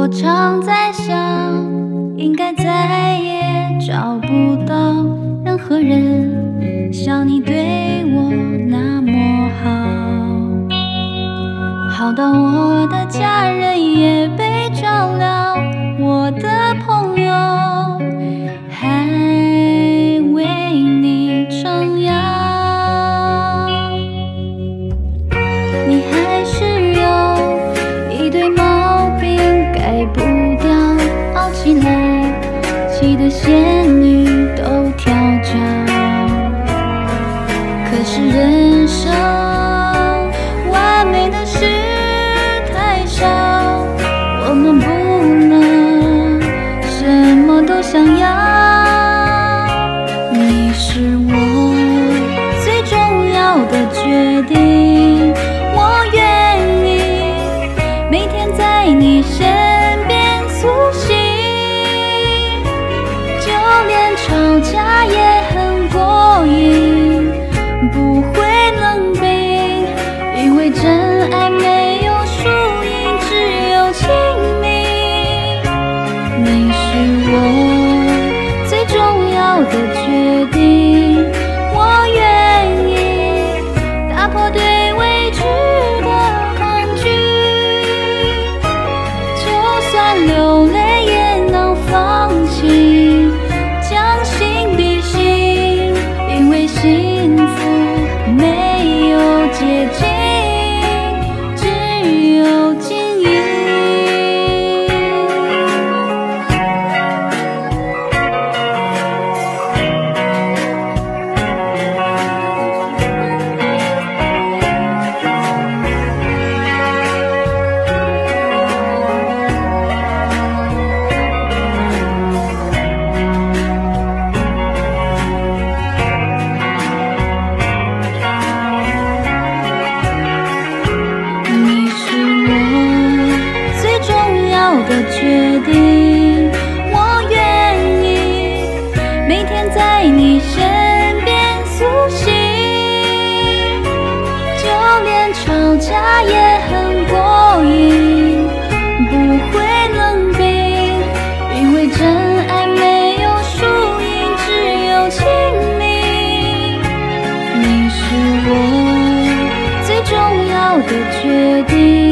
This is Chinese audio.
我常在想，应该再也找不到任何人像你对我那么好，好到我的家人也被照料，我的朋友还为你撑腰。你还是有一堆毛病改不掉，熬起来气得仙女都跳脚。可是人生完美的事太少，我们不能什么都想要。你是我最重要的决定，我愿意每天在你身边苏醒，就连吵架也很过瘾，不会冷冰，因为真爱没有输赢，只有亲密。你是我最重要的决定，我愿意打破对未知的恐惧，就算流泪也能放弃，将心比心，因为幸福没有捷径，只有经营。的决定，我愿意每天在你身边苏醒，就连吵架也很过瘾，不会冷冰，因为真爱没有输赢，只有亲密。你是我最重要的决定。